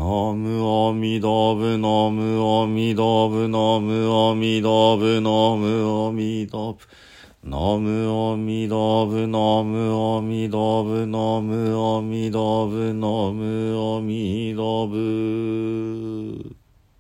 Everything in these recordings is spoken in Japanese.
ムアミダブナムアミダブナムアミダブナムアミダブナムアミダブナムアミダブナムアミダブナムアミダブ。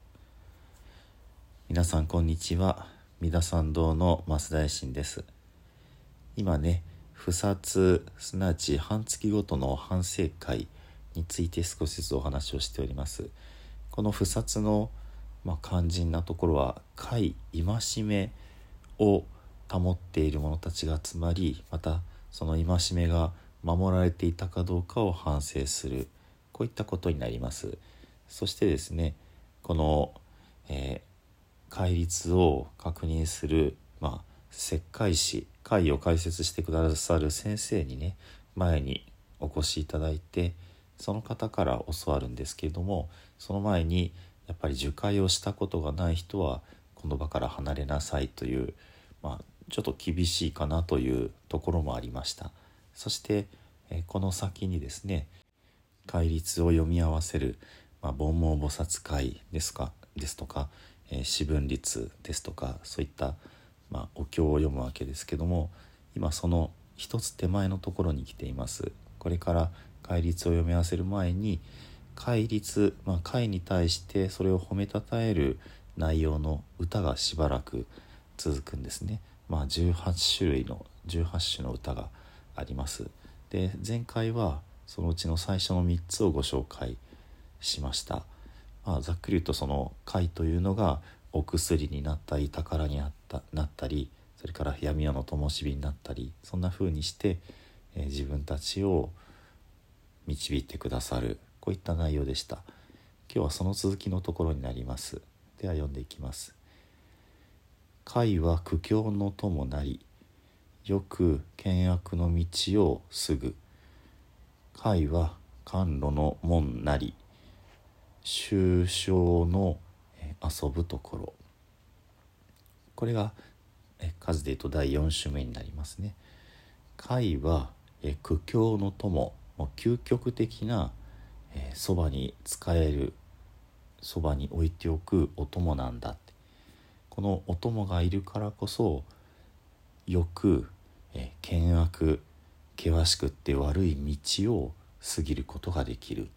皆さんこんにちは。三田参道の増大臣です。今ね、不殺すなわち半月ごとの反省会について少しずつお話をしております。この不殺の、肝心なところは戒めを保っている者たちが集まり、またその戒めが守られていたかどうかを反省する、こういったことになります。そしてですね、この、戒律を確認する、摂戒師、戒を解説してくださる先生にね、前にお越しいただいて、その方から教わるんですけれども、その前にやっぱり受戒をしたことがない人はこの場から離れなさいという、ちょっと厳しいかなというところもありました。そして、この先にですね、戒律を読み合わせる、煩悩菩薩戒ですとか、四分律ですとか、そういった、お経を読むわけですけども、今その一つ手前のところに来ています。これから戒律を読み合わせる前に、戒律、戒に対してそれを褒めたたえる内容の歌がしばらく続くんですね。18種の歌があります。で、前回はそのうちの最初の3つをご紹介しました。ざっくり言うと、その戒というのがお薬になったり宝になったり、それから闇夜の灯火になったり、そんな風にして、自分たちを導いてくださる、こういった内容でした。今日はその続きのところになります。では読んでいきます。戒は苦境の友なり、よく険悪の道をすぐ。戒は甘露の門なり、終生の遊ぶところ。これが数でいうと第4種目になりますね。戒は苦境の友、究極的なそばに使える、そばに置いておくお供なんだって。このお供がいるからこそ、よく険悪、険しくって悪い道を過ぎることができる。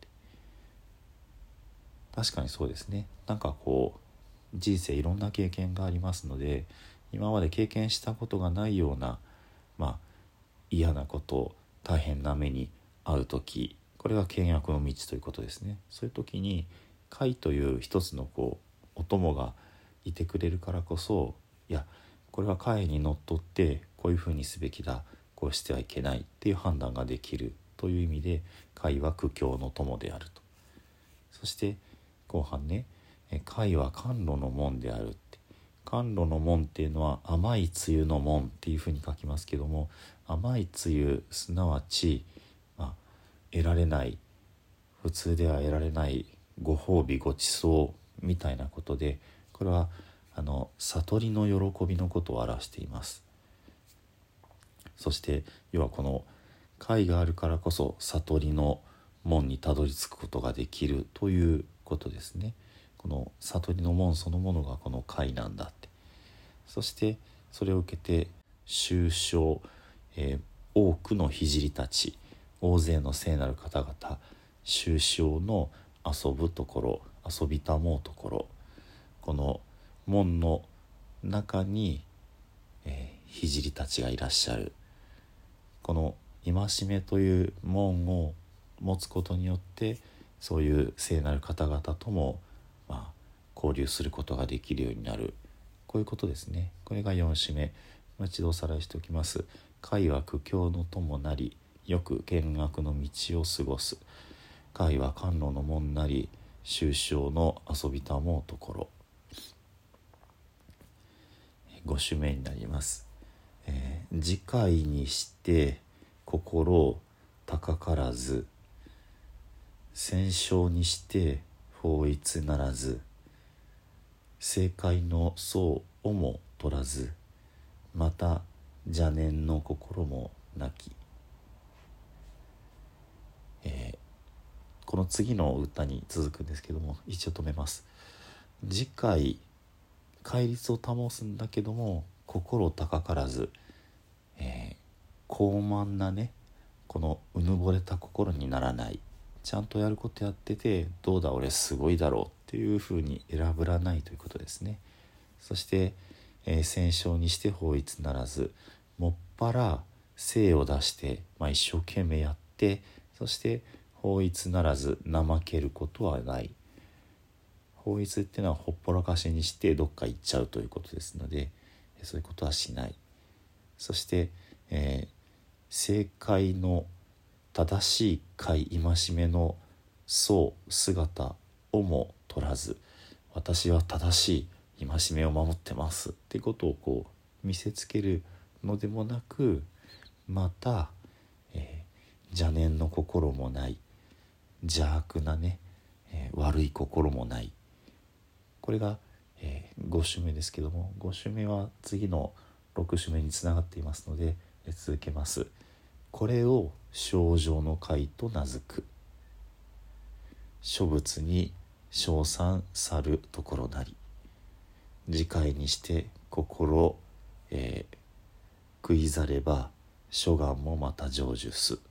確かにそうですね。人生いろんな経験がありますので、今まで経験したことがないような、嫌なこと、大変な目に遭うとき、これが険悪の道ということですね。そういう時に戒という一つのお供がいてくれるからこそ、これは戒にのっとってこういうふうにすべきだ、こうしてはいけないっていう判断ができるという意味で、戒は苦境の友であると。そして後半ね、戒は甘露の門であるって。甘露の門っていうのは甘い露の門っていうふうに書きますけども、甘い露すなわち、得られない、普通では得られないご褒美ご馳走みたいなことで、これは悟りの喜びのことを表しています。そして要はこの戒があるからこそ悟りの門にたどり着くことができるということですね。この悟りの門そのものがこの戒なんだって。そしてそれを受けて終生、多くの聖たち、大勢の聖なる方々、終生の遊ぶところ、遊びたもうところ、この門の中に、聖たちがいらっしゃる。この戒めという門を持つことによって、そういう聖なる方々とも、交流することができるようになる。こういうことですね。これが4種目。もう一度おさらいしておきます。戒は苦境の友なり、よく険悪の道を過ごす。戒は甘露の門なり、終生の遊びたもうところ。5種目になります。自戒にして心高からず、戦勝にして法一ならず、正解の相をも取らず、また邪念の心もなき。 この次の歌に続くんですけども、一応止めます。次回戒律を保つんだけども心高からず、高慢なねこのうぬぼれた心にならない、ちゃんとやることやっててどうだ俺すごいだろうっていうふうに選ぶらないということですね。そして、戦勝にして法律ならず、もっぱら精を出して、一生懸命やって、そして法律ならず怠けることはない。法律っていうのはほっぽらかしにしてどっか行っちゃうということですので、そういうことはしない。そして、正解の正しい戒めの姿をも取らず、私は正しい戒めを守ってますっていうことをこう見せつけるのでもなく、また、邪念の心もない、邪悪なね、悪い心もない。これが、5首目ですけども、5首目は次の6首目につながっていますので、続けます。これを清浄の戒と名付く。諸仏に称賛さるところなり。自戒にして心、悔いざれば諸願もまた成就す。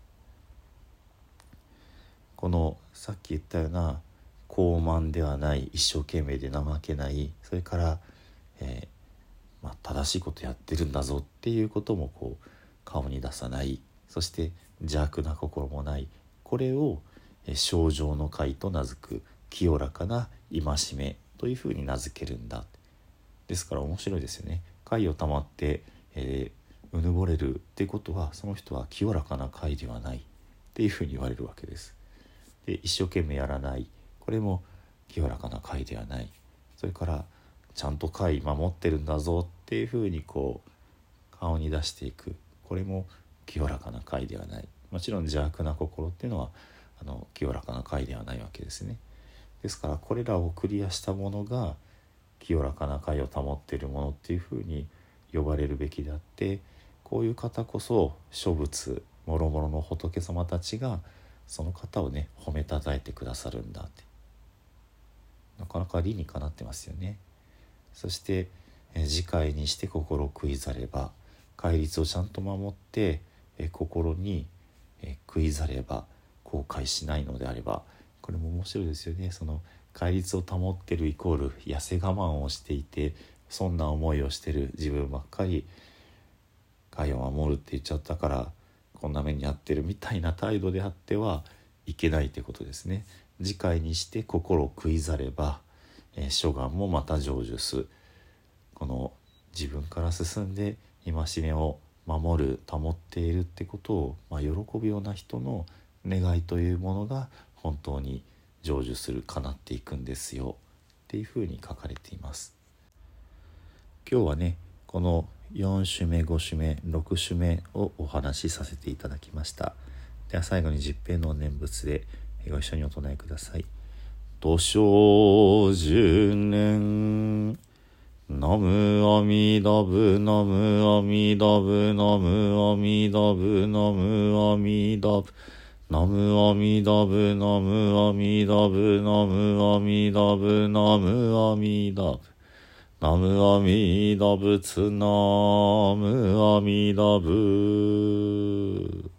このさっき言ったような高慢ではない、一生懸命で怠けない、それから、正しいことやってるんだぞっていうこともこう顔に出さない、そして邪悪な心もない、これを清浄の戒と名付く、清らかな戒めというふうに名付けるんだ。ですから面白いですよね。戒をたまって、うぬぼれるっていうことは、その人は清らかな戒ではないっていうふうに言われるわけです。で、一生懸命やらない、これも清らかな戒ではない。それからちゃんと戒守ってるんだぞっていうふうにこう顔に出していく、これも清らかな戒ではない。もちろん邪悪な心っていうのは清らかな戒ではないわけですね。ですからこれらをクリアしたものが清らかな戒を保っているものっていうふうに呼ばれるべきであって、こういう方こそ諸仏もろもろの仏様たちがその方をね褒めたたえてくださるんだって、なかなか理にかなってますよね。そして自戒にして心を悔いざれば、戒律をちゃんと守って心に悔いざれば、後悔しないのであれば、これも面白いですよね。その戒律を保ってるイコール痩せ我慢をしていて、そんな思いをしてる自分ばっかり戒を守るって言っちゃったからこんな目に遭ってるみたいな態度であってはいけないってことですね。自戒にして心を悔いざれば、諸願もまた成就す。この自分から進んで戒めを守る保っているってことを、喜ぶような人の願いというものが本当に成就する、叶っていくんですよっていうふうに書かれています。今日はねこの4首目5首目6首目をお話しさせていただきました。では最後に十平の念仏でご一緒にお唱えください。土生十年ナムアミダブナムアミダブナムアミダブナムアミダブナムアミダブナムアミダブナムアミダブナムアミダブナムアミダブツナムアミダブ。